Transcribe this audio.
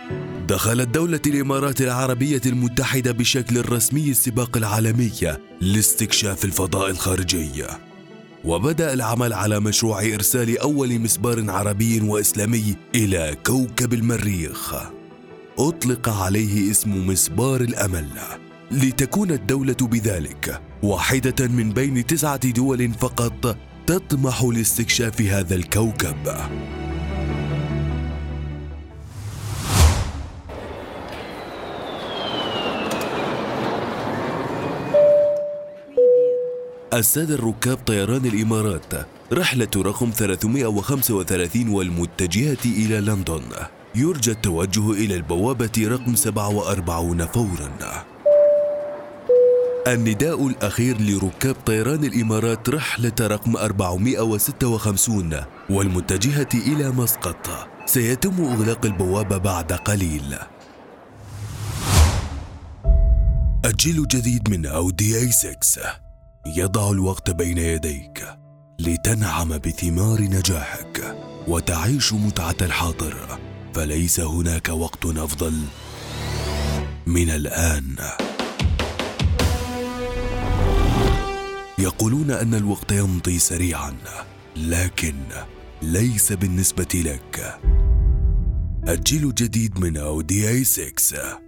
دخلت دولة الإمارات العربية المتحدة بشكل رسمي السباق العالمي لاستكشاف الفضاء الخارجي، وبدأ العمل على مشروع إرسال أول مسبار عربي وإسلامي إلى كوكب المريخ. أطلق عليه اسم مسبار الأمل، لتكون الدولة بذلك واحدة من بين 9 دول فقط تطمح لاستكشاف هذا الكوكب. السادة الركاب طيران الإمارات، رحلة رقم 335 والمتجهة إلى لندن، يرجى التوجه إلى البوابة رقم 47 فوراً. النداء الأخير لركاب طيران الإمارات، رحلة رقم 456 والمتجهة إلى مسقط، سيتم إغلاق البوابة بعد قليل. الجيل الجديد من أودي A6 يضع الوقت بين يديك لتنعم بثمار نجاحك وتعيش متعة الحاضر، فليس هناك وقت أفضل من الآن. يقولون أن الوقت يمضي سريعا، لكن ليس بالنسبة لك. الجيل الجديد من أودي A6.